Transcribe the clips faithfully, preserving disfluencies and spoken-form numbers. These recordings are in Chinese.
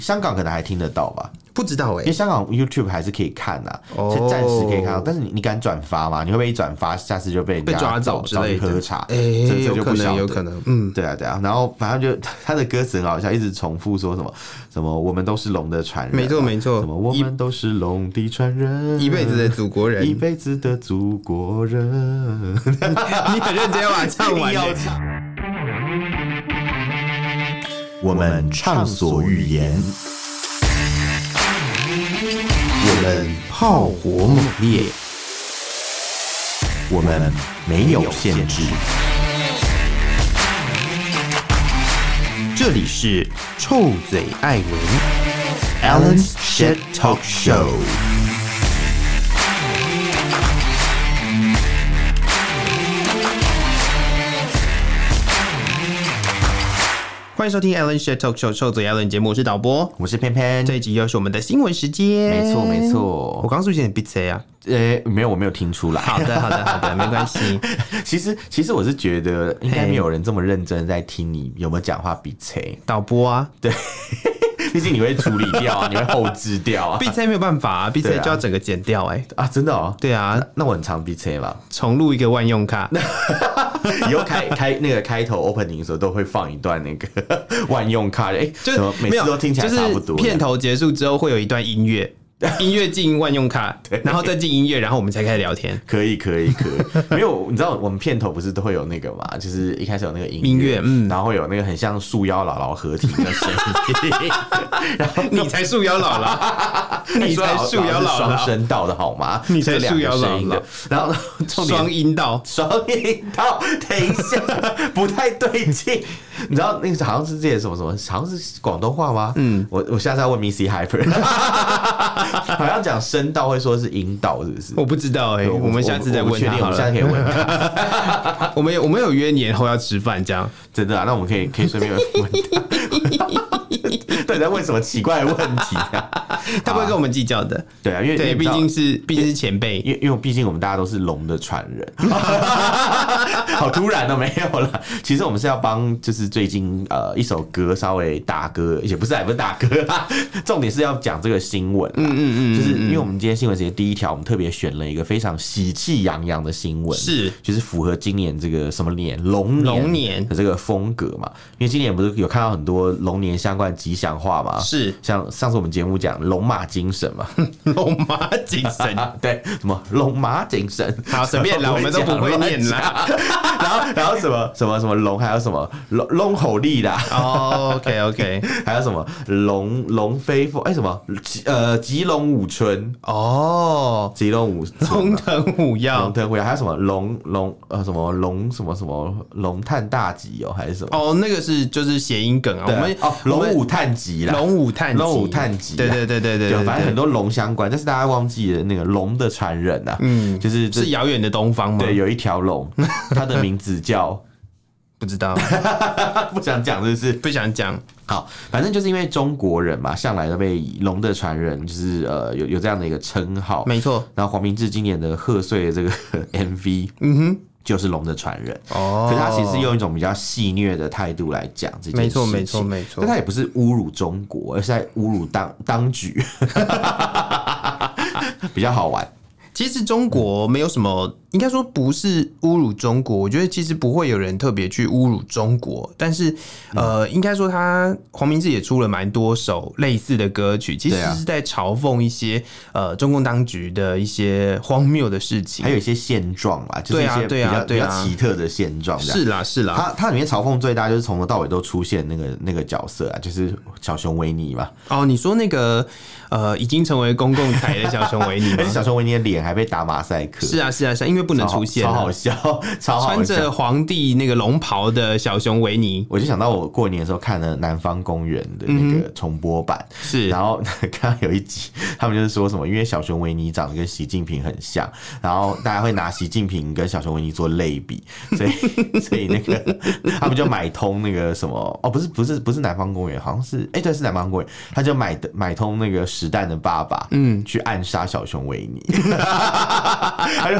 香港可能还听得到吧？ 不知道哎、欸， 因为香港 YouTube 还是可以看呐、啊， 哦， 是暂时可以看到。但是你你敢转发吗？你会不会一转发，下次就被人家被抓走之类的喝茶？ 哎、欸， 这这就不晓得， 有可能，嗯， 对啊对啊。然后反正就他的歌词很好笑，一直重复说什么什么我们都是龙的传人、啊， 没错没错， 什么我们都是龙的传人， 一辈子的祖国人， 一辈子的祖国人。 你很认真要把它唱完， 要唱。我们畅所欲言，我们炮火猛烈，我们没有限制。这里是臭嘴艾文 Alan's Shit Talk Show。 欢迎收听 Alan Shit Talk Show 臭嘴 Alan 节目，我是导播， 我是偏偏。 这一集又是我们的新闻时间， 没错没错。 我刚刚是不是有点闭嘴啊？ 呃，没有，我没有听出来。 好的好的好的，没关系。 其实其实我是觉得应该没有人这么认真在听你有没有讲话闭嘴。 导播啊， 对。毕竟你会处理掉啊，你会后置掉啊。 B C 没有办法啊 ，B C 就要整个剪掉哎、欸。 啊，真的哦。 对啊， 那, 那我很常 B C 嘛， 重录一个万用卡。 以后开开那个开头 opening 的时候都会放一段那个万用卡，哎、欸，就每次都听起来差不多。 就是片头结束之后会有一段音乐。音乐进万用卡，然后再进音乐，然后我们才开始聊天。 可以，可以，可以。没有，你知道我们片头不是都会有那个嘛？就是一开始有那个音乐， 音乐嗯， 然后会有那个很像树妖姥姥合体的声音。然后你才树妖姥姥，你才树妖姥姥， 双声道的好吗？ 你才树妖姥姥。 然后双音道， 双音道，等一下，不太对劲。你知道那个好像是这些什么什么，好像是广东话吗？嗯，我我下次要问 Missy Hyper。好像讲声道会说是阴道，是不是？ 我不知道哎、欸，我们下次再问他好了。 我们下次可以问他。 我们有我们有约年后要吃饭，这样真的啊？那我们可以可以顺便问他。对，在问什么奇怪的问题啊？ 他不会跟我们计较的。 对啊，因为对，毕竟是毕竟是前辈， 因为因为毕竟我们大家都是龙的传人。好突然都、喔、没有了。其实我们是要帮，就是最近呃一首歌稍微打歌，也不是也不是打歌啦，重点是要讲这个新闻。嗯嗯嗯，就是因为我们今天新闻节第一条，我们特别选了一个非常喜气洋洋的新闻， 是就是符合今年这个什么年龙龙年的这个风格嘛。因为今年不是有看到很多龙年相关吉祥话嘛？ 是， 像上次我们节目讲龙马精神嘛， 龙马精神， 对，什么龙马精神， 好随便啦，我们都不会念啦。 然后然后什么什么什么龙，还有什么龙龙吼力啦， 哦 ，OK OK， 还有什么龙龙飞凤，哎、欸、什么呃吉龙舞春哦， 吉龙舞龙腾虎跃， 龙腾虎跃，还有什么龙龙呃什么龙什么什么龙探大吉哦，还是什么？ 哦，那个是就是谐音梗啊，我们哦龙舞探吉啦， 龙舞探龙舞探吉， 对对对对对对， 反正很多龙相关，但是大家忘记了那个龙的传人啊，嗯，就是是遥远的东方吗？ 对，有一条龙，它的名字叫不知道， 不想讲，是不是？ 不想讲。 好，反正就是因为中国人嘛，向来都被龙的传人，就是呃有有这样的一个称号， 没错。 然后黄明志今年的贺岁的这个 M V， 嗯哼。就是龙的传人哦，可是他其实用一种比较戏谑的态度来讲这件事情， 没错没错没错， 但他也不是侮辱中国，而是在侮辱当当局，比较好玩。 其实中国没有什么，应该说不是侮辱中国。我觉得其实不会有人特别去侮辱中国，但是呃，应该说他黄明志也出了蛮多首类似的歌曲，其实是在嘲讽一些呃中共当局的一些荒谬的事情， 还有一些现状啦，就是一些比较比较奇特的现状。 是啦是啦， 他他里面嘲讽最大就是从头到尾都出现那个那个角色啊，就是小熊维尼嘛。 哦，你说那个呃已经成为公共财的小熊维尼， 而且小熊维尼的脸还被打马赛克。 是啊是啊是啊，因为不能出现， 超好笑，超好笑。 穿着皇帝那个龙袍的小熊维尼， 我就想到我过年的时候看了《南方公园》的那个重播版，嗯、 是， 然后看到有一集，他们就是说什么，因为小熊维尼长得跟习近平很像，然后大家会拿习近平跟小熊维尼做类比，所以所以那个他们就买通那个什么，哦，不是不是不是南方公园，好像是，哎、欸，对，是南方公园，他就买买通那个实弹的爸爸，嗯，去暗杀小熊维尼，他就实弹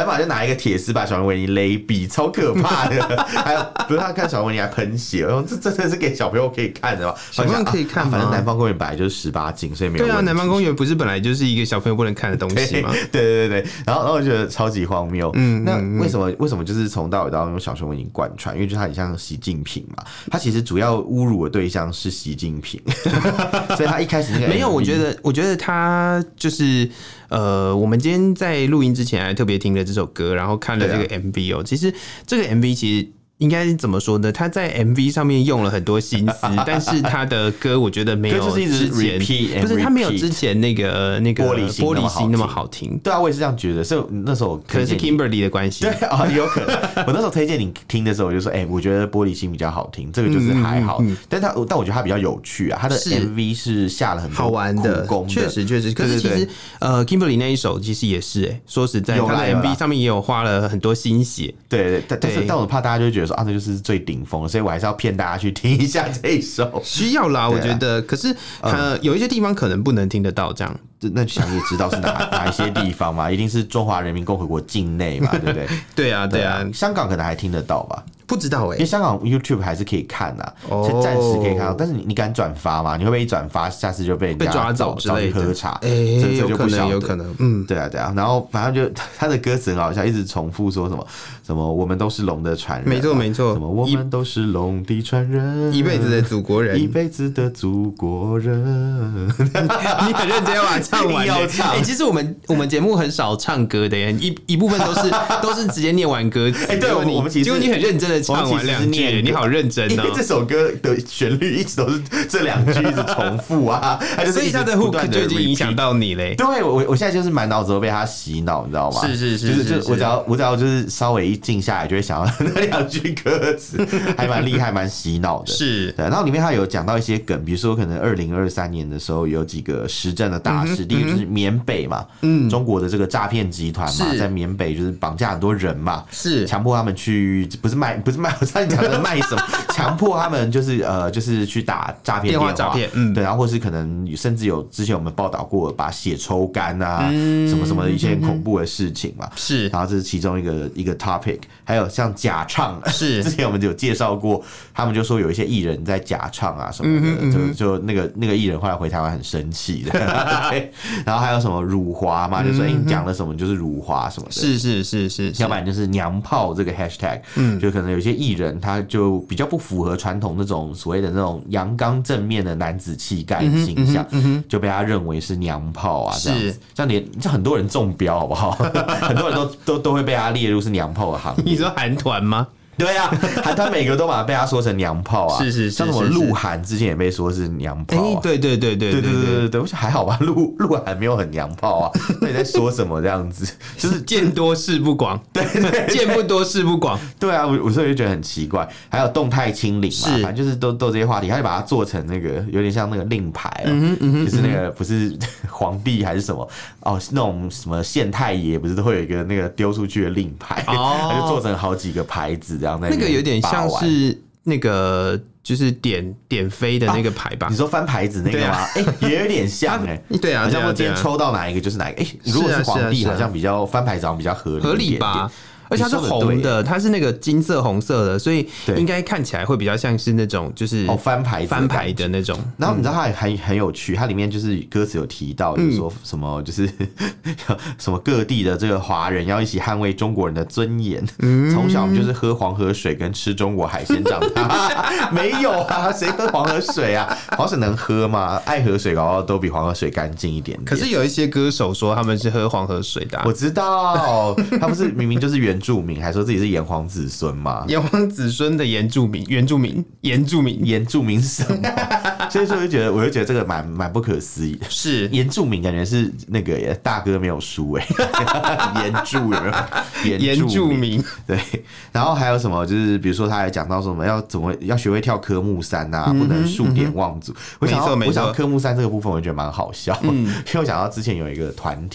法就拿一个铁丝把小熊维尼勒毙，超可怕的。还有不是他看小熊维尼还喷血，我说这真的是给小朋友可以看的吗？ 小朋友可以看吗？ 啊、反正南方公园本来就是十八禁，所以没有问题。 对啊，南方公园不是本来就是一个小朋友不能看的东西吗？ 对对对对，然后然后我觉得超级荒谬。嗯，那为什么为什么就是从到尾到用小熊维尼贯穿？因为就是他很像习近平嘛，他其实主要侮辱的对象是习近平，所以他一开始那个 M V, 没有，我觉得我觉得他就是呃，我们今天在录音之前还特别听了这首歌，然后看了这个 M V 哦、喔。其实这个 M V 其实。应该怎么说呢？他在 M V 上面用了很多心思，但是他的歌我觉得没有之前，不是他没有之前那个那个玻璃心玻璃心那么好听。 对啊，我也是这样觉得。所以那时候可能是 Kimberly 的关系， 对啊，有可能。我那时候推荐你听的时候，我就说，哎、欸，我觉得玻璃心比较好听，这个就是还好。嗯嗯嗯、但他但我觉得他比较有趣啊，他的 M V 是下了很多好玩的，确实确实。可是其实呃 Kimberly 那一首其实也是哎、欸，说实在，他的 M V 上面也有花了很多心血。 对对，但但是但我怕大家就会觉得说啊，这就是最顶峰，所以我还是要骗大家去听一下这一首。 需要啦，我觉得。可是呃，嗯、有一些地方可能不能听得到，这样。 那想也知道是哪哪一些地方嘛，一定是中华人民共和国境内嘛，对不对？ 对啊，对啊， 香港可能还听得到吧。 不知道哎、欸， 因为香港 YouTube 还是可以看呐、啊，所以暂时可以看到。但是你你敢转发吗？你会不会一转发，下次就被人家被抓走之类的？ 喝茶， 哎、欸， 这就不晓得， 有可能，嗯， 对啊，对啊。然后反正就他的歌词很好笑，一直重复说什么什么我们都是龙的传人， 没错没错， 什么我们都是龙的传人， 一辈子的祖国人， 一辈子的祖国人。 你很认真要把它唱完， 要唱。 哎、欸，其实我们我们节目很少唱歌的耶，一一部分都是都是直接念完歌词。 哎、欸，对，我们其实结果你很认真的唱完两句。你好认真哦！ 因为这首歌的旋律一直都是这两句一直重复啊， 所以它的 hook 就已经影响到你嘞。 对，我我现在就是满脑子都被他洗脑，你知道吗？ 是是是， 就是就是我只要我只要就是稍微一静下来，就会想到那两句歌词，还蛮厉害，蛮洗脑的。 是， 对。然后里面他有讲到一些梗，比如说可能二零二三年的时候有几个时政的大事，第一个就是缅北嘛，嗯，中国的这个诈骗集团嘛，在缅北就是绑架很多人嘛， 是强迫他们去，不是卖，不是卖，我差点讲的卖什么。强迫他们就是呃，就是去打诈骗电话， 诈骗，嗯， 对，然后或是可能甚至有之前我们报道过把血抽干啊，嗯、什么什么一些很恐怖的事情嘛， 是， 然后这是其中一个一个 topic， 还有像假唱， 是， 之前我们有介绍过，他们就说有一些艺人在假唱啊什么的，嗯、就就那个那个艺人后来回台湾很生气的，对，然后还有什么辱华嘛，就说哎、欸、你讲了什么就是辱华什么的， 是是是是， 要不然就是娘炮这个 hashtag， 嗯，就可能有些艺人他就比较不符合传统那种所谓的那种阳刚正面的男子气概形象，嗯嗯嗯、就被他认为是娘炮啊，这样子，这样连这很多人中标好不好？很多人都都都会被他列入是娘炮的行列。 你说韩团吗？ 对啊，韩团每个都把被他说成娘炮啊， 是是是， 像什么鹿晗之前也被说是娘炮、啊， 哎、欸，对对对对对对对对对，我想还好吧，鹿鹿晗没有很娘炮啊，那你在说什么这样子？就是见多识不广， 对对， 见不多识不广， 对啊，我我所以就觉得很奇怪。还有动态清零嘛，反正就是都都这些话题，他就把它做成那个有点像那个令牌哦、喔嗯嗯，就是那个不是皇帝还是什么哦，那种什么县太爷不是都会有一个那个丢出去的令牌，哦、他就做成好几个牌子这样在那个有点。像是那个就是点点飞的那个牌吧、啊？ 你说翻牌子那个吗？哎、啊欸，也有点像哎、 欸，对啊， 好像我今天抽到哪一个就是哪一个。哎、欸，如果是皇帝，好像比较翻牌子好像比较合理合理吧。而且它是红的，它是那个金色红色的，所以应该看起来会比较像是那种就是哦翻牌翻牌的那种。 然后你知道它还很有趣，它里面就是歌词有提到，就是说什么就是什么各地的这个华人要一起捍卫中国人的尊严。从小我们就是喝黄河水跟吃中国海鲜长大，没有啊，谁喝黄河水啊？黄河水能喝吗？爱河水搞不好都比黄河水干净一点点。 可是有一些歌手说他们是喝黄河水的、啊， 我知道，他们是明明就是原。原住民还说自己是炎黄子孙嘛？ 炎黄子孙的原住民，原住民，原住民， 原住民是什么？所以说，我就觉得，我就觉得这个蛮蛮不可思议的。 是原住民，感觉是那个耶大哥没有输哎，原住有没有？ 原住民对。然后还有什么？就是比如说，他还讲到什么要怎么要学会跳科目三啊，不能数典忘祖。我想到，我想到科目三这个部分，我觉得蛮好笑，嗯、因为我想到之前有一个团体。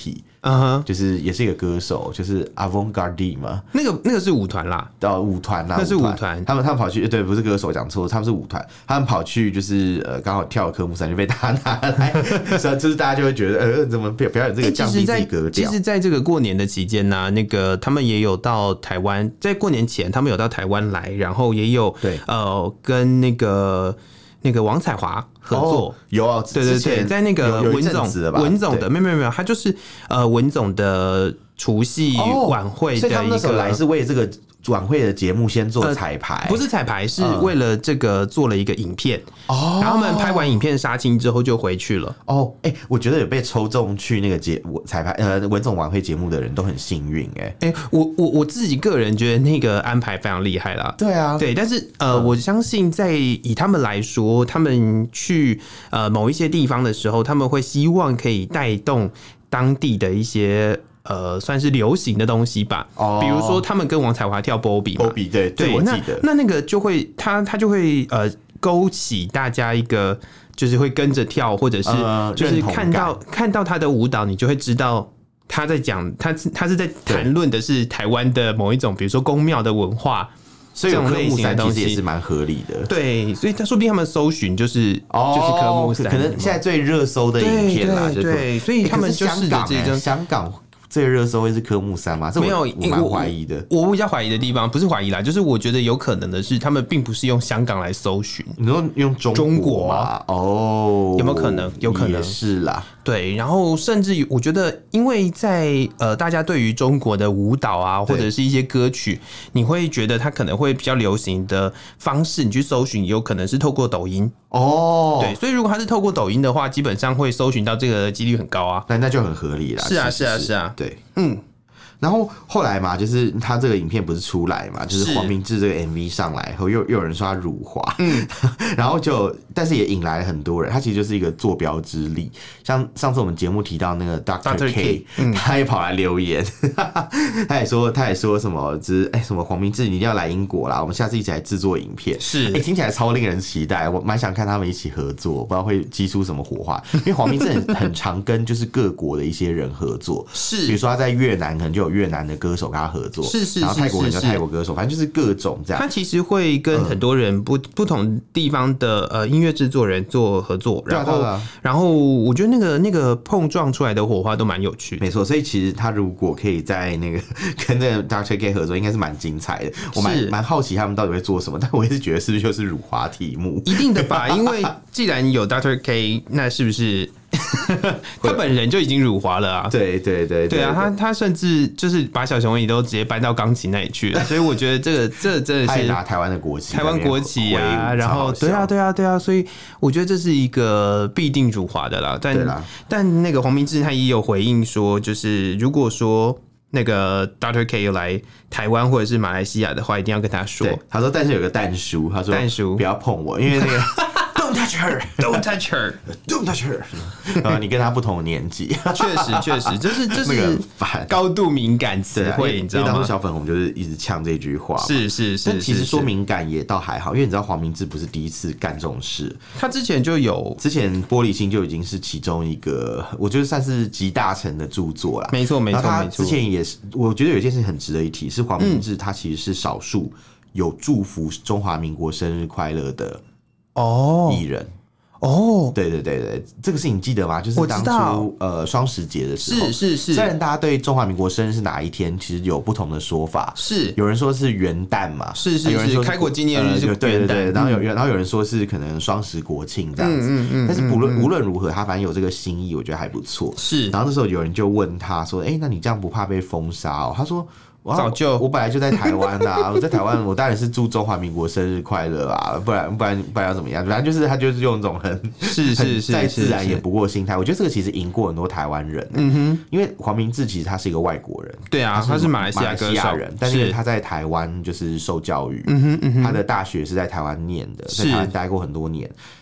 嗯哼， 就是也是一个歌手，就是 Avantgarde 嘛， 那个那个是舞团啦， 到舞团啦， 那是舞团， 他们他们跑去对，不是歌手讲错，他们是舞团，他们跑去就是呃刚好跳科目三就被他拿来，所以就是大家就会觉得呃怎么表表演这个降低自己格调。 其实在这个过年的期间呢、啊，那个他们也有到台湾，在过年前他们有到台湾来，然后也有对呃跟那个。那个王彩华合作、哦、 有啊， 对对对，在那个文总文总的没有没有没有，他就是呃文总的除夕晚会的一个， 哦、所以他们那时候来是为这个晚会的节目先做彩排、呃， 不是彩排，是为了这个做了一个影片哦。然后他们拍完影片杀青之后就回去了。 哦，哎、欸，我觉得有被抽中去那个节彩排呃文总晚会节目的人都很幸运哎、欸。 哎、欸，我我我自己个人觉得那个安排非常厉害啦。 对啊， 对，但是呃、嗯，我相信在以他们来说，他们去呃某一些地方的时候，他们会希望可以带动当地的一些。呃，算是流行的东西吧，哦、比如说他们跟王彩华跳 Bobby，Bobby 对对，我记得， 那那个就会他他就会呃勾起大家一个，就是会跟着跳，或者是就是看到、呃、看到他的舞蹈，你就会知道他在讲他他是在谈论的是台湾的某一种，比如说宫庙的文化。 所以有科目三其实也是蛮合理的， 对，所以他说不定他们搜寻就是、哦、就是科目三， 可能现在最热搜的影片啦， 对 对, 对，所以他们就试着这种香港。最热搜会是科目三吗？这我没有，我蛮怀疑的。 我比较怀疑的地方不是怀疑啦，就是我觉得有可能的是，他们并不是用香港来搜寻， 你说用中中国吗？ 哦， 有没有可能？有可能也是啦。 对，然后甚至于我觉得，因为在呃，大家对于中国的舞蹈啊，或者是一些歌曲，你会觉得它可能会比较流行的方式，你去搜寻，有可能是透过抖音哦。 对，所以如果它是透过抖音的话，基本上会搜寻到这个几率很高啊。 那那就很合理啦。 是啊，是啊，是啊。 对，嗯。然后后来嘛，就是他这个影片不是出来嘛，就是黄明志这个 M V 上来后，又又有人说他辱华，嗯，然后就但是也引来了很多人，他其实就是一个坐标之力。像上次我们节目提到那个 Doctor K， 嗯、他也跑来留言，他也说他也说什么，就是哎、欸、什么黄明志你一定要来英国啦，我们下次一起来制作影片， 是哎、欸、听起来超令人期待，我蛮想看他们一起合作，不知道会激出什么火花。因为黄明志很很常跟就是各国的一些人合作， 是比如说他在越南可能就有越南的歌手跟他合作， 是是， 然后泰国人就泰国歌手，反正就是各种这样。 他其实会跟很多人不、嗯、不同地方的呃音乐制作人做合作，然后、啊啊、然后我觉得那个那个碰撞出来的火花都蛮有趣的。 没错，所以其实他如果可以在那个跟那个 Doctor K 合作，应该是蛮精彩的。我蛮蛮好奇他们到底会做什么，但我也是觉得是不是就是辱华题目？ 一定的吧，因为既然有 Doctor K， 那是不是？他本人就已经辱华了啊！ 对对 对, 对, 对啊，他他甚至就是把小熊维尼都直接搬到钢琴那里去了，所以我觉得这个这真的是拿台湾的国旗， 台湾国旗啊，然后对啊对啊对啊，所以我觉得这是一个必定辱华的啦。但但那个黄明志他也有回应说，就是如果说那个 Doctor K 有来台湾或者是马来西亚的话，一定要跟他说。 他说，但是有个但书，他说但书不要碰我，因为那个。Don't touch her, don't touch her, don't touch her 啊，你跟他不同的年纪， 确实确实，就是就是高度敏感词汇，你知道吗？ 因为当初小粉红就是一直呛这句话， 是是是。 但其实说敏感也倒还好，因为你知道黄明志不是第一次干这种事， 他之前就有， 之前玻璃心就已经是其中一个，我觉得算是集大成的著作啦。 没错没错， 他之前也是，我觉得有一件事很值得一提，是黄明志他其实是少数有祝福中华民国生日快乐的哦艺人。 哦， 对对对对，这个事情记得吗？就是当初呃双十节的时候， 是是是。 虽然大家对中华民国生日是哪一天，其实有不同的说法， 是有人说是元旦嘛， 是是是，有人说开国纪念日就元旦， 对对对，然后有然后有人说是可能双十国庆这样子，嗯嗯但是不论无论如何，他反正有这个心意，我觉得还不错。 是， 然后那时候有人就问他说：“哎，那你这样不怕被封杀哦？”他说。 早就我本来就在台湾啊，我在台湾，我当然是祝中华民国生日快乐啊，不然不然不然要怎么样？反正就是他就是用这种很是是是再自然也不过心态，我觉得这个其实赢过很多台湾人、欸。嗯哼，因为黄明志其实他是一个外国人， 对啊，他是马来西亚歌手人，但是他在台湾就是受教育，嗯哼嗯哼，他的大学是在台湾念的，在台湾待过很多年。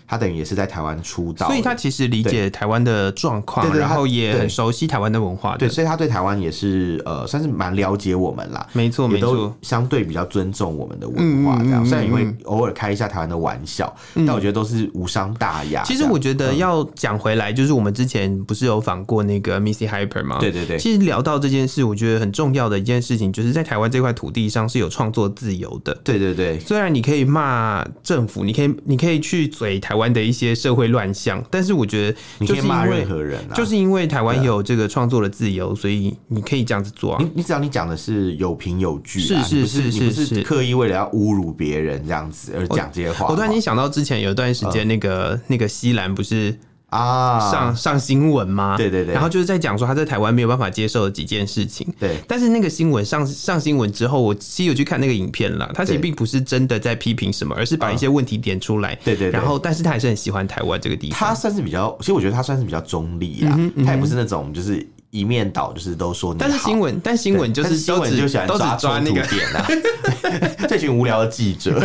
他等于也是在台湾出道， 所以他其实理解台湾的状况，然后也很熟悉台湾的文化的。 对，所以他对台湾也是呃，算是蛮了解我们啦。 没错，没错， 相对比较尊重我们的文化，这样。虽然也会偶尔开一下台湾的玩笑，嗯、但我觉得都是无伤大雅。 其实我觉得要讲回来，就是我们之前不是有访过那个 Missy Hyper 吗？ 对对对。 其实聊到这件事，我觉得很重要的一件事情，就是在台湾这块土地上是有创作自由的。 对对对。 虽然你可以骂政府，你可以你可以去嘴台湾的一些社会乱象，但是我觉得你可以骂任何人啊， 就是因为台湾有这个创作的自由，所以你可以这样子做啊。 你你只要你讲的是有凭有据， 是是是是是是，刻意为了要侮辱别人这样子而讲这些话。 我突然间想到之前有一段时间，那个、嗯、那个西兰不是。 啊， 上上新闻吗？ 对对对， 然后就是在讲说他在台湾没有办法接受的几件事情。 对， 但是那个新闻上上新闻之后，我其实有去看那个影片啦，他其实并不是真的在批评什么，而是把一些问题点出来。 对对对， 然后但是他还是很喜欢台湾这个地方。 他算是比较，其实我觉得他算是比较中立啦，嗯嗯、他也不是那种就是。一面倒就是都说你好， 但是新闻，但新闻就是新闻就喜欢抓抓那个点啊，这群无聊的记者，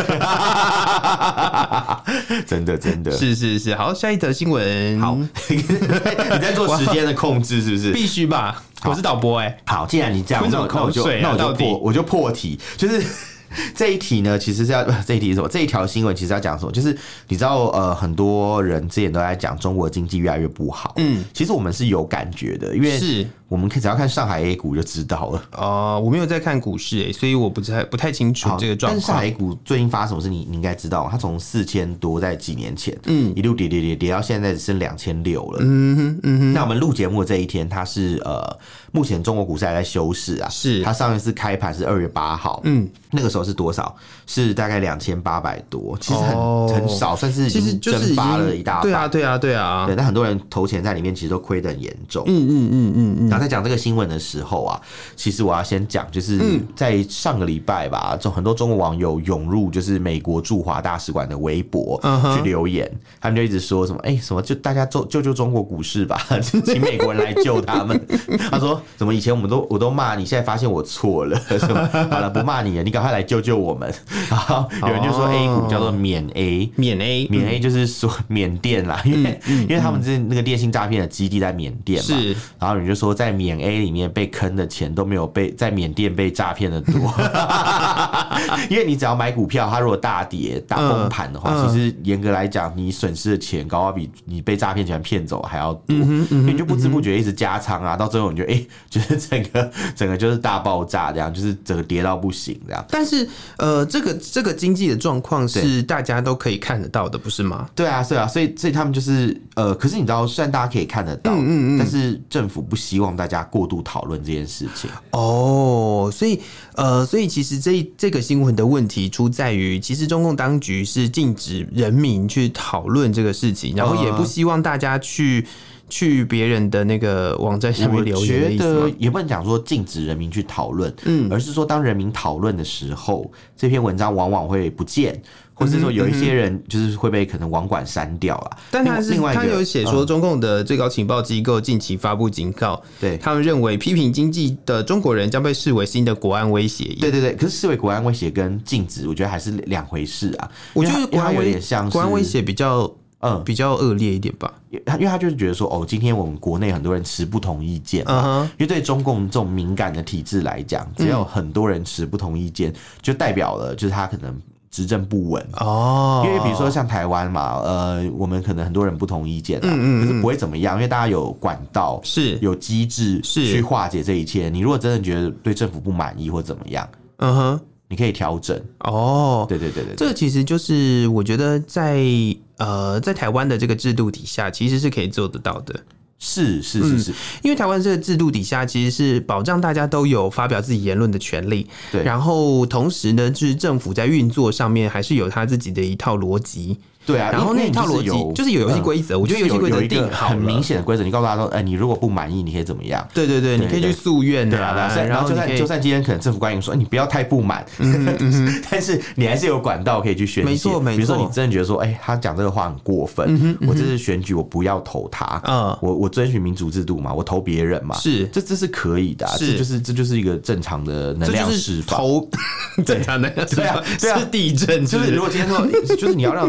真的真的是是是。好，下一则新闻。 好，你在做时间的控制是不是？ 必须吧，我是导播哎、欸。 好，既然你这样，那我就那我就破我就破题，就是。这一题呢，其实是要这一题是什么？这一条新闻其实要讲什么？就是你知道，呃，很多人之前都在讲中国经济越来越不好。嗯，其实我们是有感觉的，因为是我们只要看上海 A 股就知道了。 哦、呃，我没有在看股市诶、欸，所以我不太不太清楚这个状况。 但是上海 A 股最近发生什么事你，你应该知道，它从四千多在几年前，嗯，一路跌跌跌跌到现在只剩两千六了。嗯哼，嗯哼。那我们录节目的这一天，它是呃，目前中国股市还在休市啊。 是， 它上一次开盘是二月八号，嗯，那个时候是多少？是大概两千八百多，其实很、哦、很少，算是已经蒸发了一大半。 对啊，对啊，对啊。 对，但很多人投钱在里面，其实都亏得很严重。 嗯嗯嗯嗯嗯。 然后在讲这个新闻的时候啊，其实我要先讲，就是在上个礼拜吧，很多中国网友涌入就是美国驻华大使馆的微博、嗯、去留言，他们就一直说什么，哎、欸，什么就大家救救救中国股市吧，请美国人来救他们。他说，怎么以前我们都我都骂你，现在发现我错了，什么好了，不骂你了，你赶快来救救我们。然后有人就说 A 股叫做缅 A， 缅 A， 缅 A 就是说缅甸啦，因为、嗯嗯、因为他们是那个电信诈骗的基地在缅甸嘛，是。然后有人就说在缅 A 里面被坑的钱都没有被在缅甸被诈骗的多，因为你只要买股票，它如果大跌大崩盘的话，嗯、其实严格来讲，你损失的钱搞不好比你被诈骗钱骗走还要多，嗯嗯、你就不知不觉一直加仓啊，到最后你就哎、欸，就是整个整个就是大爆炸这样，就是整个跌到不行这样。 但是呃，这个这个经济的状况是大家都可以看得到的，不是吗？ 对啊，对啊，所以所以他们就是呃，可是你知道，虽然大家可以看得到，嗯嗯嗯，但是政府不希望大家过度讨论这件事情。 哦，所以呃，所以其实这这个新闻的问题出在于，其实中共当局是禁止人民去讨论这个事情，然后也不希望大家去。去别人的那个网站上面留言的意思吗？ 我觉得也不能讲说禁止人民去讨论，嗯，而是说当人民讨论的时候，这篇文章往往会不见，或是说有一些人就是会被可能网管删掉啦。 但他是他有写说，中共的最高情报机构近期发布警告，对、嗯、他们认为批评经济的中国人将被视为新的国安威胁。 对对对，可是视为国安威胁跟禁止，我觉得还是两回事啊。 我觉得国安有点像国安威胁比较。嗯，比较恶劣一点吧。 因为他就是觉得说，哦，今天我们国内很多人持不同意见嘛， uh-huh. 因为对中共这种敏感的体制来讲，只要有很多人持不同意见，嗯、就代表了就是他可能执政不稳哦。因为比如说像台湾嘛，呃，我们可能很多人不同意见啊，嗯嗯嗯可是不会怎么样，因为大家有管道，是有机制去化解这一切。你如果真的觉得对政府不满意或怎么样，嗯哼。你可以调整哦，对对对 对, 對， 这个其实就是我觉得在呃在台湾的这个制度底下，其实是可以做得到的。 是是是是、嗯， 因为台湾这个制度底下其实是保障大家都有发表自己言论的权利，对。然后同时呢，就是政府在运作上面还是有他自己的一套逻辑。 对啊， 然后那一套逻辑就是有游戏规则，我觉得游戏规则定好了， 很明显的规则，你告诉他说，哎、欸，你如果不满意，你可以怎么样？ 对对对，你可以去诉愿啊，对啊，然后就算就算今天可能政府官员说，欸、你不要太不满，嗯嗯但是你还是有管道可以去宣泄， 没错没错。 比如说你真的觉得说，哎、欸，他讲这个话很过分，嗯嗯我这次选举我不要投他，嗯，我我遵循民主制度嘛，我投别人嘛，是，这这是可以的、啊，这就是这就是一个正常的能量释放， 投正常能量释放，对啊，对啊，是地震， 就是如果今天说，就是你要让老百姓有。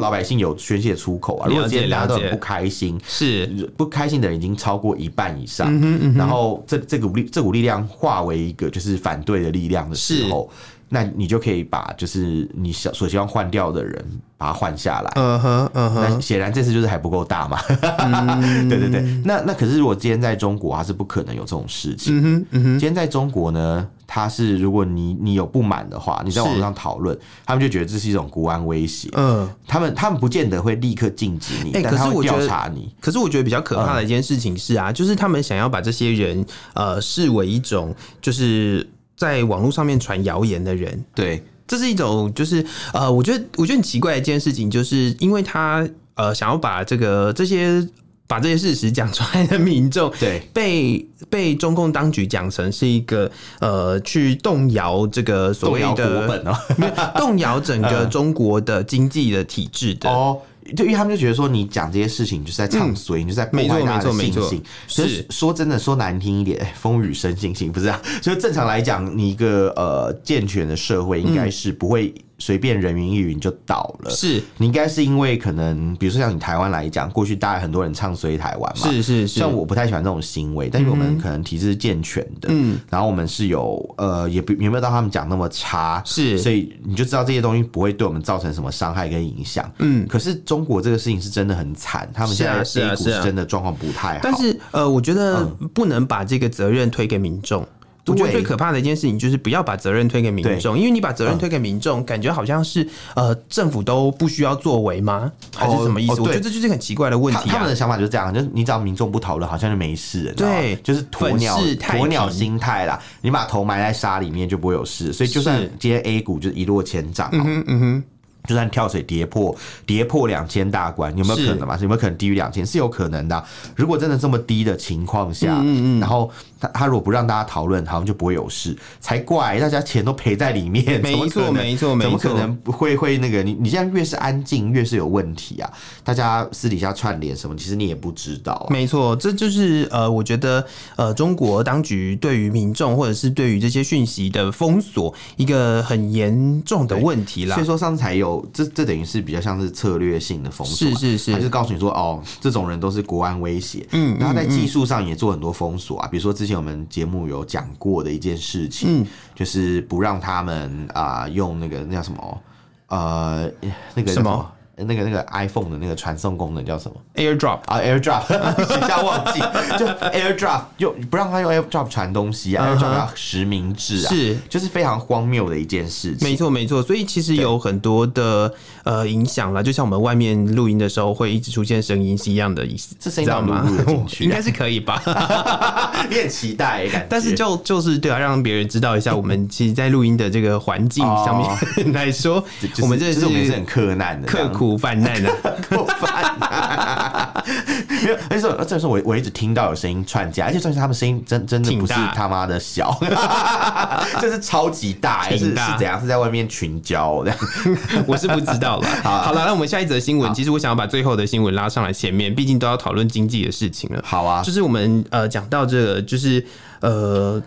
由宣泄出口啊。如果今天大家都很不开心， 是不开心的人已经超过一半以上，嗯嗯、然后这这股力这股力量化为一个就是反对的力量的时候。那你就可以把就是你所希望换掉的人把它换下来，嗯哼嗯哼。那显然这次就是还不够大嘛，嗯、对对对。那那可是如果今天在中国，它是不可能有这种事情。嗯哼嗯哼。今天在中国呢，它是如果你你有不满的话，你在网络上讨论，他们就觉得这是一种国安威胁。嗯，他们他们不见得会立刻禁止你，欸、但他会调查你。 可是我觉得比较可怕的一件事情是啊，嗯、就是他们想要把这些人呃视为一种就是在网络上面传谣言的人。 对。 这是一种，就是呃，我觉得我觉得很奇怪的一件事情，就是因为他呃想要把这个这些把这些事实讲出来的民众， 对， 被被中共当局讲成是一个呃去动摇这个所谓的动摇国本哦， 动摇整个中国的经济的体制的哦。就因为他们就觉得说你讲这些事情就是在唱衰，嗯、你就在破坏大家的信心。是说真的，说难听一点，风雨生信心不是啊？就是正常来讲，你一个呃健全的社会应该是不会随便人云亦云就倒了。 是你应该是因为可能，比如说像你台湾来讲，过去大概很多人唱衰台湾嘛， 是是是。 像我不太喜欢这种行为，但是我们可能体制是健全的，嗯，然后我们是有呃也也没有到他们讲那么差， 是， 所以你就知道这些东西不会对我们造成什么伤害跟影响。嗯，可是中国这个事情是真的很惨，他们现在 A 股是真的状况不太好。 但是呃，我觉得不能把这个责任推给民众。我觉得最可怕的一件事情就是不要把责任推给民众，因为你把责任推给民众，感觉好像是呃政府都不需要作为吗？还是什么意思？哦哦、我觉得这就是很奇怪的问题、啊。 他们的想法就是这样，就是你只要民众不讨论，好像就没事了。对，就是鸵鸟鸵鸟心态啦。你把头埋在沙里面就不会有事，所以就算今天 A 股就是一落千丈，嗯哼嗯哼。就算跳水跌破跌破两千大关，有没有可能嘛？有没有可能低于两千？是有可能的、啊。如果真的这么低的情况下，嗯嗯嗯然后他他如果不让大家讨论，好像就不会有事，才怪！大家钱都赔在里面， 没错没错没错， 怎么可能会会那个？你你现在越是安静，越是有问题啊！大家私底下串联什么，其实你也不知道、啊。 没错，这就是呃，我觉得呃，中国当局对于民众或者是对于这些讯息的封锁，一个很严重的问题啦。 所以说上次才有。这这等于是比较像是策略性的封锁， 是是是， 他就是告诉你说，哦，这种人都是国安威胁。嗯，然后在技术上也做很多封锁啊，比如说之前我们节目有讲过的一件事情，嗯、就是不让他们啊、呃、用那个那叫什么呃那个什么。 那个那个 iPhone 的那个传送功能叫什么 ？AirDrop 啊 ，AirDrop， 一下忘记，就 AirDrop 就不让他用 AirDrop 传东西啊、uh-huh. ，AirDrop 要实名制啊， 是， 就是非常荒谬的一件事情。 没错没错，所以其实有很多的呃影响啦，就像我们外面录音的时候会一直出现声音是一样的意思， 这声音怎么录得进去、啊？ 应该是可以吧？ 你很期待、欸，感觉。 但是就就是对啊，让别人知道一下，我们其实，在录音的这个环境上面来说， 就是、 我们这是我们是很克难的， 刻苦犯难的。 过分啊！没有，而且而且我我一直听到有声音串加，而且算是他们声音真真的不是他妈的小，这是超级大，是是怎样？是在外面群交的？ 我是不知道了。好了，那我们下一则新闻，其实我想要把最后的新闻拉上来前面，毕竟都要讨论经济的事情了。 好啊， 就是我们呃讲到这个，就是呃。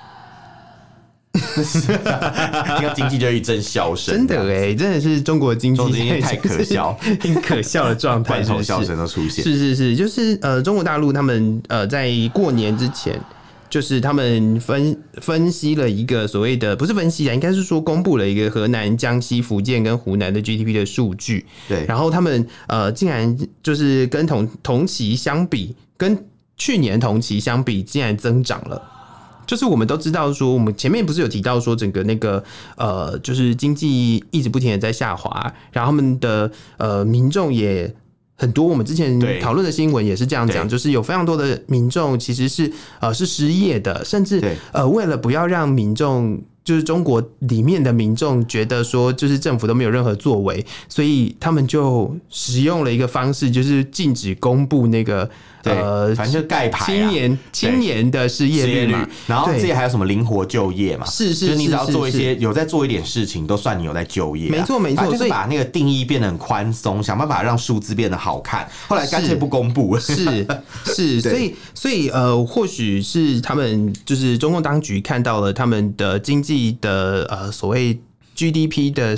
听到经济就一阵笑声， 真的哎、欸，真的是中国经济今天太可笑， 很可笑的状态， 罐头笑声都出现。 是是是，就是呃，中国大陆他们呃在过年之前，就是他们分分析了一个所谓的不是分析啊，应该是说公布了一个河南、江西、福建跟湖南的 G D P 的数据。 对， 然后他们呃竟然就是跟同同期相比，跟去年同期相比，竟然增长了。就是我们都知道说，我们前面不是有提到说，整个那个呃，就是经济一直不停的在下滑，然后他们的呃民众也很多。我们之前讨论的新闻也是这样讲，就是有非常多的民众其实是呃是失业的，甚至呃为了不要让民众。就是中国里面的民众觉得说，就是政府都没有任何作为，所以他们就使用了一个方式，就是禁止公布那个呃， 反正就盖牌、啊， 青年青年的失业率嘛。 然后这些还有什么灵活就业嘛？ 是是， 就是你只要做一些有在做一点事情，都算你有在就业、啊。 没错没错， 就是把那个定义变得很宽松，想办法让数字变得好看。后来干脆不公布。 是是，所以所以呃，或许是他们就是中共当局看到了他们的经济。的呃所谓 G D P 的什么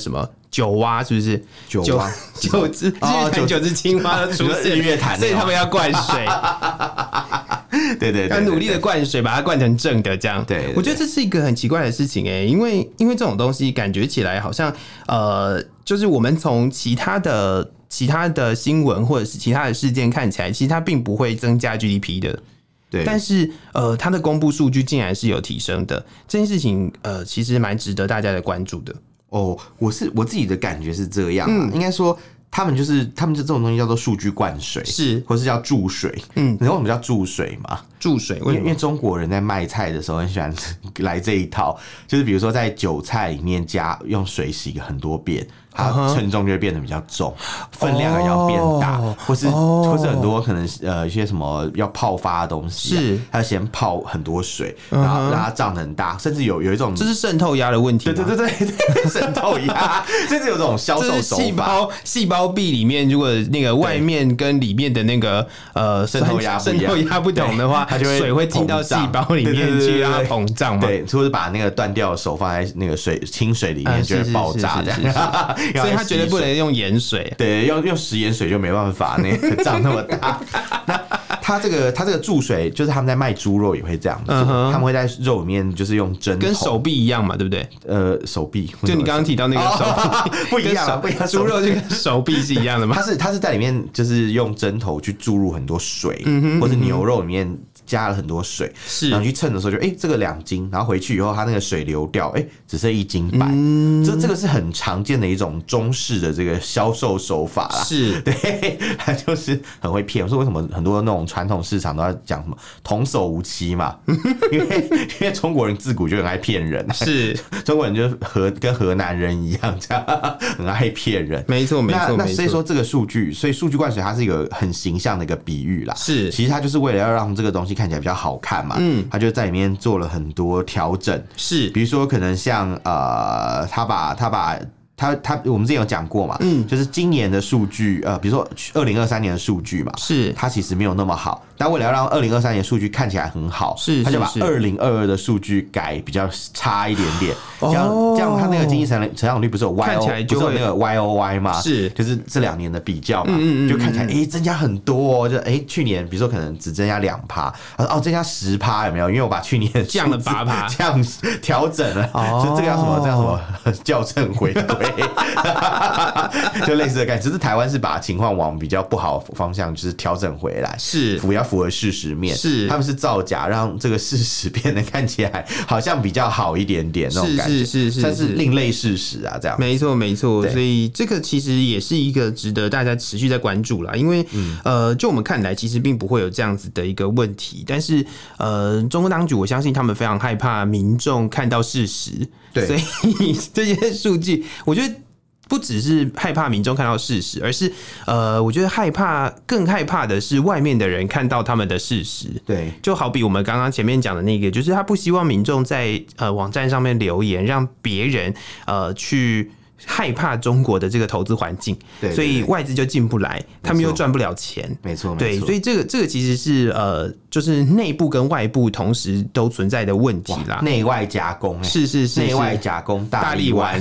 九蛙是不是？ 九蛙九只日哦坛九只青蛙的出现， 日月潭那个所以他们要灌水。 对对对， 要努力的灌水，把它灌成正的这样。 对， 对， 对， 我觉得这是一个很奇怪的事情哎、欸，因为因为这种东西感觉起来好像呃，就是我们从其他的其他的新闻或者是其他的事件看起来，其实它并不会增加 G D P 的。 对， 但是呃，它的公布数据竟然是有提升的，这件事情呃，其实蛮值得大家的关注的。 哦，我是我自己的感觉是这样啊，嗯、应该说。他们就是他们就这种东西叫做数据灌水，是，或是叫注水。嗯，你知道为什么叫注水吗？ 注水， 因为因为中国人在卖菜的时候很喜欢来这一套，就是比如说在韭菜里面加用水洗个很多遍，它称重就会变得比较重，分量也要变大，哦、或是、哦、或是很多可能呃一些什么要泡发的东西、啊，是，它先泡很多水，然后让它胀得很大，甚至有有一种这是渗透压的问题， 对对对对对，渗透压，甚至有这种销售手法， 细胞细胞壁里面如果那个外面跟里面的那个呃渗透压渗透压不同的话，它就会水会进到细胞里面去让它膨胀嘛， 对，或者把那个断掉的手放在那个水清水里面就会爆炸这样。 所以它绝对不能用盐水， 对，用用食盐水就没办法，那个胀那么大。那它这个它这个注水，就是他们在卖猪肉也会这样做，嗯、他们会在肉里面就是用针头， 跟手臂一样嘛，对不对？ 呃，手臂， 就你刚刚提到那个手臂、哦、 不一样，不一样， 猪肉就跟手臂是一样的吗？ 它是它是在里面就是用针头去注入很多水，嗯、或者牛肉里面。加了很多水，是，然后去称的时候就哎、欸，这个两斤，然后回去以后它那个水流掉，哎、欸，只剩一斤半，嗯、这这个是很常见的一种中式的这个销售手法啦， 是， 对，他就是很会骗。我说为什么很多那种传统市场都要讲什么童叟无欺嘛？因为因为中国人自古就很爱骗人， 是， 中国人就河跟河南人一样，这样很爱骗人， 没错没错。 那所以说这个数据，所以数据灌水它是一个很形象的一个比喻啦，是，其实它就是为了要让这个东西看起来比较好看嘛，嗯，他就在里面做了很多调整，是，比如说可能像呃，他把他把他他我们之前有讲过嘛，嗯，就是今年的数据，呃，比如说二零二三年的数据嘛，是，它其实没有那么好，但为了要让二零二三年数据看起来很好，是，他就把二零二二的数据改比较差一点点，这样这样，他那个经济成成长率不是有 Y O， 不是有那个 Y O Y 嘛，是，就是这两年的比较嘛，嗯嗯，就看起来哎、欸、增加很多、哦，就哎、欸、去年比如说可能只增加两趴，哦增加十趴有没有？因为我把去年降了八趴， 这样调整了，哦，就这个叫什么？这叫什么？校正回归。就类似的感觉，只是台湾是把情况往比较不好的方向，就是调整回来，是符要符合事实面，是他们是造假，让这个事实变得看起来好像比较好一点点那种感觉，是是是，算是另类事实啊，这样没错没错，所以这个其实也是一个值得大家持续在关注啦，因为、嗯、呃，就我们看来，其实并不会有这样子的一个问题，但是呃，中国当局我相信他们非常害怕民众看到事实，对，所以这些数据，我觉得。不只是害怕民众看到事实，而是呃，我觉得害怕更害怕的是外面的人看到他们的事实。对，就好比我们刚刚前面讲的那个，就是他不希望民众在呃网站上面留言，让别人呃去害怕中国的这个投资环境，对对对，所以外资就进不来，他们又赚不了钱。 没错， 对，所以这个这个其实是呃，就是内部跟外部同时都存在的问题啦。 内外夹攻、欸， 是是是， 内外夹攻大力丸。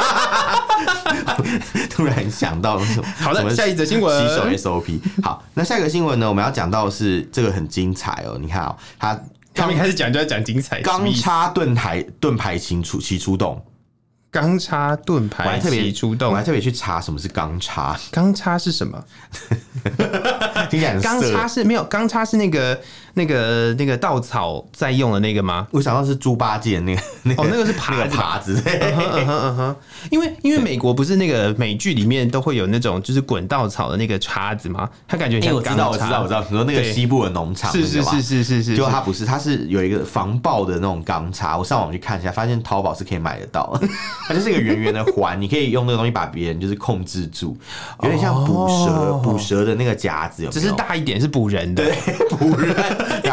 突然想到什么？ 好的，下一则新闻， 洗手 S O P。好，那下一个新闻呢？我们要讲到的是这个很精彩哦。你看哦，他他们一开始讲就要讲精彩， 钢叉盾牌盾牌齐出齐出动。 钢叉盾牌齐出动， 我还特别去查什么是钢叉。 钢叉是什么？ 听起来很色。 钢叉是没有，钢叉是那个那个那个稻草在用的那个吗？ 我想到是猪八戒那个，那个、 哦，那个是耙子， 耙子。 嗯哼嗯哼嗯哼，因为因为美国不是那个美剧里面都会有那种就是滚稻草的那个叉子吗？它感觉像钢叉、欸。我知道，我知道，我知道。你说那个西部的农场， 是是是是是是， 就它不是，它是有一个防爆的那种钢叉。我上网去看一下，发现淘宝是可以买得到的。它就是一个圆圆的环，你可以用那个东西把别人就是控制住，有点像捕蛇捕、哦、蛇的那个夹子有没有， 只是大一点，是捕人的， 对，捕人，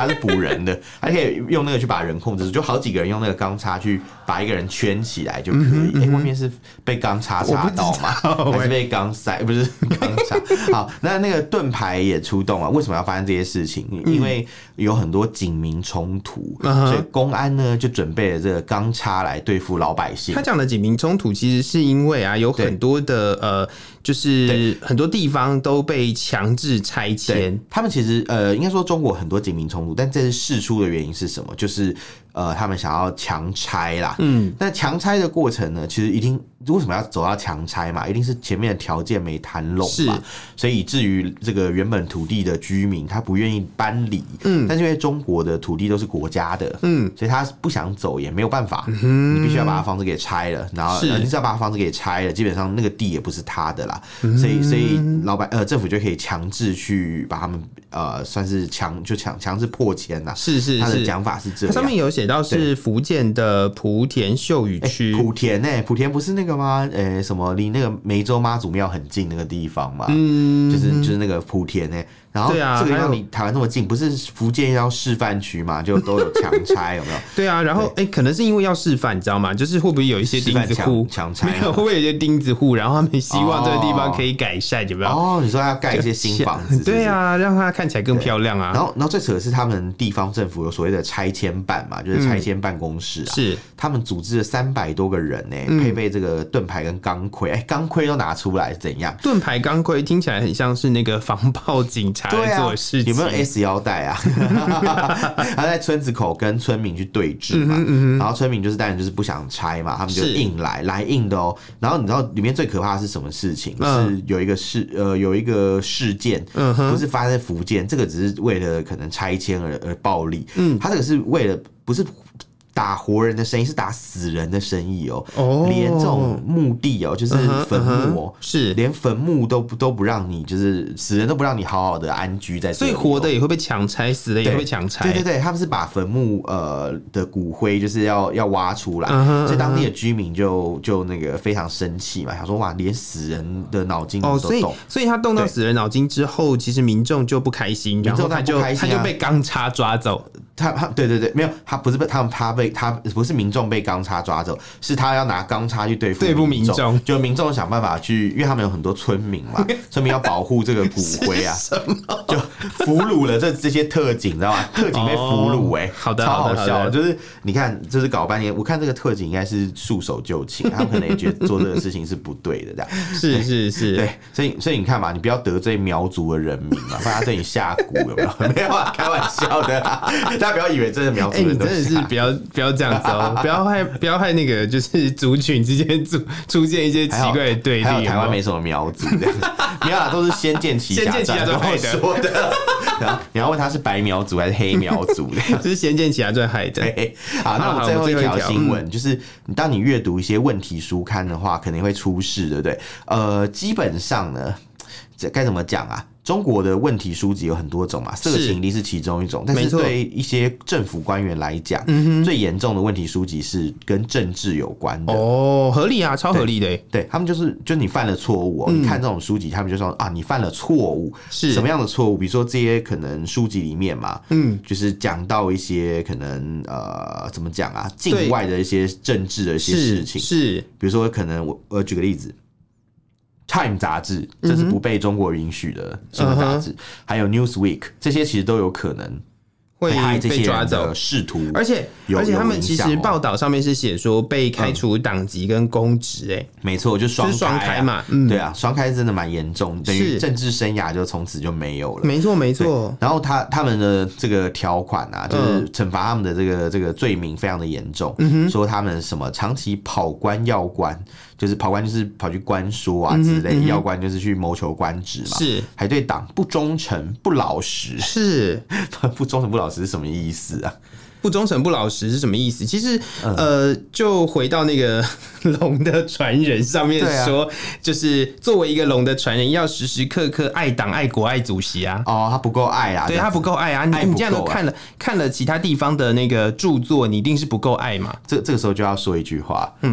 它是捕人的，还可以用那个去把人控制住，就好几个人用那个钢叉去把一个人圈起来就可以。哎、嗯欸，外面是被钢叉插到吗？还是被钢塞？不是钢叉。好，那那个盾牌也出动了。为什么要发生这些事情？因为有很多警民冲突，嗯、所以公安呢就准备了这个钢叉来对付老百姓。 他讲的警民冲突其实是因为啊，有很多的呃，就是很多地方都被强制拆迁。 他们其实呃，应该说中国很多警民冲突，但这次释出的原因是什么？就是呃，他们想要强拆啦。嗯，但强拆的过程呢，其实一定为什么要走到强拆嘛？一定是前面的条件没谈拢嘛，所以以至于这个原本土地的居民他不愿意搬离。嗯，但是因为中国的土地都是国家的，嗯，所以他不想走也没有办法，嗯、你必须要把他房子给拆了，然后你是要把他房子给拆了，基本上那个地也不是他的啦，嗯、所以所以老板呃政府就可以强制去把他们呃算是强就强强制破迁呐， 是是是， 他的讲法是这样， 上面有写到是福建的莆田秀宇区， 莆田呢，莆田不是那个吗？呃、欸，什么离那个梅州妈祖庙很近那个地方嘛，嗯，就是就是那个莆田呢。然后这个要离台湾那么近，不是福建要示范区嘛，就都有强拆，有没有？ 对啊，然后哎、欸，可能是因为要示范，你知道吗？就是会不会有一些钉子户强拆？ 没有，会不会有一些钉子户？然后他们希望这个地方可以改善，有没有？ 哦，你说要盖一些新房子是不是？ 对啊，让它看起来更漂亮啊。 然后，然后最扯的是他们地方政府有所谓的拆迁办嘛，就是拆迁办公室啊， 嗯、是他们组织了三百多个人呢、欸，嗯、配备这个盾牌跟钢盔，哎、欸，钢盔都拿出来，怎样？ 盾牌、钢盔听起来很像是那个防暴警察在做的事情。 有没有 S 腰带啊？他在村子口跟村民去对峙嘛，嗯嗯嗯然后村民就是当然就是不想拆嘛，他们就硬来来硬的哦。然后你知道里面最可怕的是什么事情？嗯、是有一个事呃有一个事件，嗯、不是发生在福建，这个只是为了可能拆迁而而暴力，嗯，他这个是为了不是。打活人的生意是打死人的生意哦，哦连这种墓地哦，就是坟墓哦， 是连坟墓都不都不让你，就是死人都不让你好好的安居在这里、哦， 所以活的也会被强拆，死的也会被强拆。 对对对，他们是把坟墓呃的骨灰就是要要挖出来，嗯、所以当地的居民就就那个非常生气嘛，想说哇，连死人的脑筋都动，哦、 所以所以他动到死人脑筋之后，其实民众就不开心，然后他就他、啊、他就被钢叉抓走。 他他对对对，没有，他不是被他们他被他不是民众被钢叉抓走，是他要拿钢叉去对付对付民众， 就民众想办法去，因为他们有很多村民嘛，村民要保护这个骨灰啊，就俘虏了这这些特警，知道吗？特警被俘虏哎、欸， 好的， 超好笑， 好就是你看，就是搞半天，我看这个特警应该是束手就擒，他们可能也觉得做这个事情是不对的，这样是是是， 对，所以所以你看嘛，你不要得罪苗族的人民嘛，不然他对你下蛊有没有？没有啊，开玩笑的啦。大家不要以为真的苗族人都、欸、 你真的是不要不要这样子哦，不要害不要害那个就是族群之间出出现一些奇怪的对立。 还有台湾没什么苗族这样，没有啦，都是《仙剑奇侠传》跟我说的。然后你要问他是白苗族还是黑苗族的， 这是《仙剑奇侠传》害的。 好，那我们最后一条新闻就是，当你阅读一些问题书刊的话，可能会出事，对不对？呃，基本上呢，这该怎么讲啊？中国的问题书籍有很多种嘛，色情一定是其中一种，但是对一些政府官员来讲，嗯、最严重的问题书籍是跟政治有关的。 哦，合理啊，超合理的。 对，对他们就是，就你犯了错误哦，嗯、你看这种书籍，他们就说啊，你犯了错误，是什么样的错误？比如说这些可能书籍里面嘛，嗯，就是讲到一些可能呃，怎么讲啊，境外的一些政治的一些事情， 是，是比如说可能我我举个例子。Time 杂志，这是不被中国允许的新闻杂志，嗯、还有 Newsweek， 这些其实都有可能会被抓走， 仕途， 而且而且他们其实报道上面是写说被开除党籍跟公职，哎， 没错，就双开嘛，嗯、 对啊，双开真的蛮严重，等于政治生涯就从此就没有了， 没错没错。 然后他他们的这个条款啊，就是惩罚他们的这个这个罪名非常的严重，嗯、说他们什么长期跑官要官。就是跑官就是跑去官说啊之类，嗯、要官就是去谋求官职嘛， 是还对党不忠诚不老实， 是不忠诚不老实是什么意思啊？ 不忠诚不老实是什么意思？其实，嗯、呃，就回到那个龙的传人上面说，啊、就是作为一个龙的传人，要时时刻刻爱党、爱国、爱主席啊。 哦，他不够爱啊， 对他不够爱啊。你, 爱你这样都看了看了其他地方的那个著作，你一定是不够爱嘛。 这这个时候就要说一句话，嗯。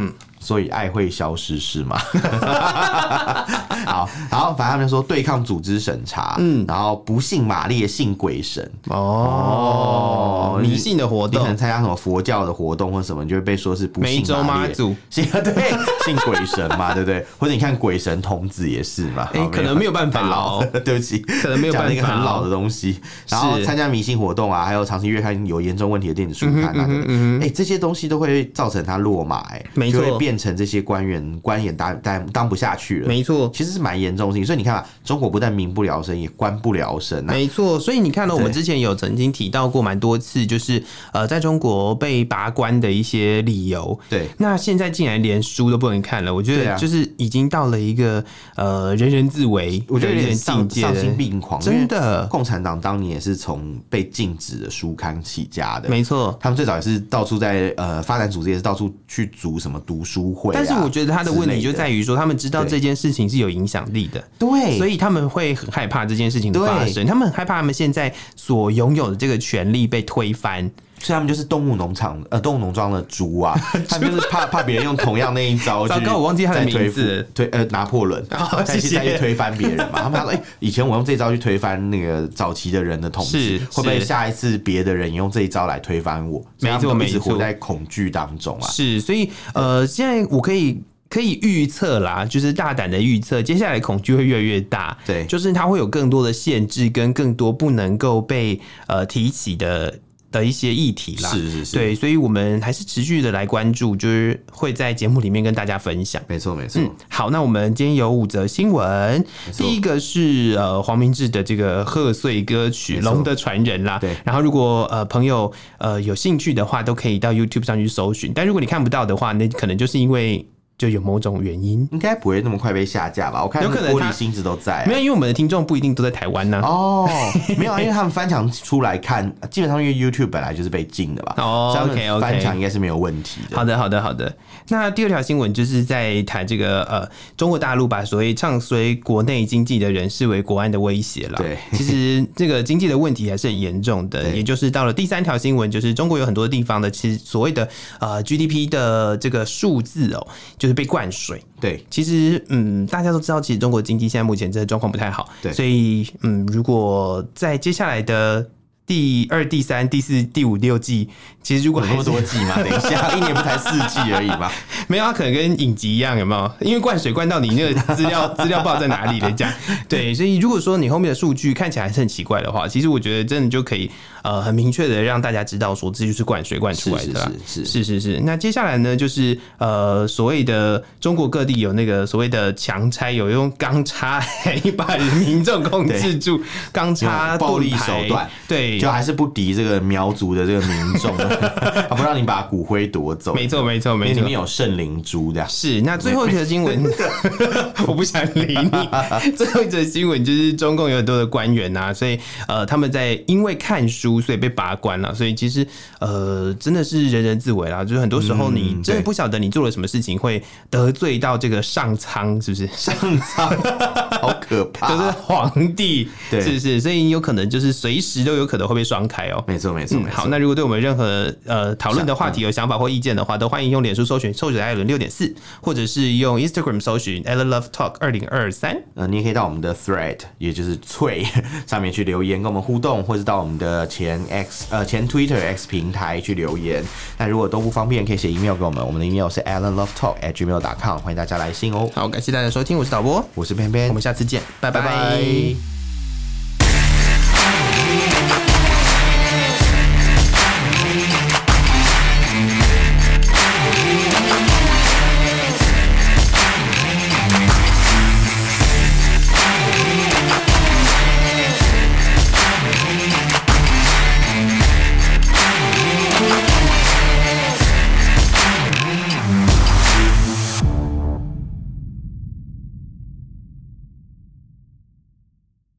所以爱会消失是吗？好，然后反正他们说对抗组织审查，嗯，然后不信马列信鬼神哦，迷信的活动， 你可能参加什么佛教的活动或什么，你就会被说是不信湄洲妈祖， 信对信鬼神嘛，对不对？或者你看鬼神童子也是嘛， 哎、欸，可能没有办法哦， 对不起， 可能没有办法， 讲一个很老的东西，然后参加迷信活动啊，还有长期月刊有严重问题的电子书刊啊，哎、嗯欸，这些东西都会造成他落马、欸，哎，就会变成这些官员官员当当当不下去了， 没错， 其实是蛮严重的事情。所以你看嘛，中国不但民不聊生，也官不聊生啊， 没错。所以你看到我们之前有曾经提到过蛮多次，就是呃，在中国被拔官的一些理由， 对， 那现在竟然连书都不能看了，我觉得就是已经到了一个呃人人自危， 我觉得有点境界， 丧心病狂， 真的。 共产党当年也是从被禁止的书刊起家的， 没错。 他们最早也是到处在呃发展组织，也是到处去组什么读书会、啊。 但是我觉得他的问题就在于说，他们知道这件事情是有影响力的， 对， 所以他们会很害怕这件事情的发生，他们很害怕他们现在所拥有的这个权利被推翻。 所以他们就是动物农场呃动物农庄的猪啊，他们就是怕怕别人用同样那一招， 糟糕，我忘记他的名字， 推呃拿破仑， 哦、 再去再去推翻别人嘛。他们说，哎、欸，以前我用这招去推翻那个早期的人的统治，会不会下一次别的人也用这一招来推翻我？ 没错，没错，一直活在恐惧当中啊。 是，所以呃，现在我可以。可以预测啦，就是大胆的预测，接下来恐惧会越来越大。 对， 就是它会有更多的限制，跟更多不能够被呃提起的的一些议题啦。 是是是， 对，所以我们还是持续的来关注，就是会在节目里面跟大家分享。 没错没错、嗯。 好，那我们今天有五则新闻，第一个是呃黄明志的这个贺岁歌曲《龙的传人》啦。 对， 然后如果呃朋友呃有兴趣的话，都可以到 YouTube 上去搜寻。但如果你看不到的话，那可能就是因为。就有某种原因， 应该不会那么快被下架吧？我看玻璃心子都在、啊， 没有，因为我们的听众不一定都在台湾呢、啊。 哦，没有，因为他们翻墙出来看，基本上因为 YouTube 本来就是被禁的吧？ 哦 ，OK OK， 翻墙应该是没有问题的。 好的，好的，好的。那第二条新闻就是在谈这个呃，中国大陆把所谓唱衰国内经济的人视为国安的威胁了。 对， 其实这个经济的问题还是很严重的。也就是到了第三条新闻，就是中国有很多地方的，其实所谓的呃 G D P 的这个数字哦，就是被灌水。 对， 其实嗯，大家都知道，其实中国经济现在目前这个状况不太好。 对， 所以嗯，如果在接下来的第二、第三、第四、第五、六季，其实如果有那么多季嘛，等一下，一年不才四季而已嘛。 没有，它可能跟影集一样，有没有？因为灌水灌到你那个资料资料不知道在哪里了，这样。对，所以如果说你后面的数据看起来还是很奇怪的话，其实我觉得真的就可以呃很明确的让大家知道说，这就是灌水灌出来的、啊。 是是 是, 是是是。那接下来呢，就是呃所谓的中国各地有那个所谓的强拆，有用钢叉来把民众控制住，钢叉暴力手段， 对， 就还是不敌这个苗族的这个民众，不让你把骨灰夺走。 没错没错没错， 因为里面有圣灵珠的。 是，那最后一则新闻，我不想理你。最后一则新闻就是中共有很多的官员啊，所以呃他们在因为看书所以被拔官了，所以其实呃真的是人人自危啦，就是很多时候你真的不晓得你做了什么事情会得罪到这个上苍，是不是？ 上苍好可怕， 就是皇帝， 对， 是不是？所以你有可能就是随时都有可能会被双开哦。 没错没错、嗯。 好，那如果对我们任何呃讨论的话题有想法或意见的话，都欢迎用脸书搜寻臭嘴艾伦六点四，或者是用 Instagram 搜寻 Ellen Love Talk 二零二三。 呃，你也可以到我们的 Thread， 也就是脆上面去留言跟我们互动，或是到我们的前 X 呃前 Twitter X 平台去留言。那如果都不方便，可以写 email 给我们，我们的 email 是 Ellen Love Talk at gmail dot com， 欢迎大家来信哦。 好，感谢大家收听，我是导播， 我是偏偏， 我们下次见，拜拜。 拜拜。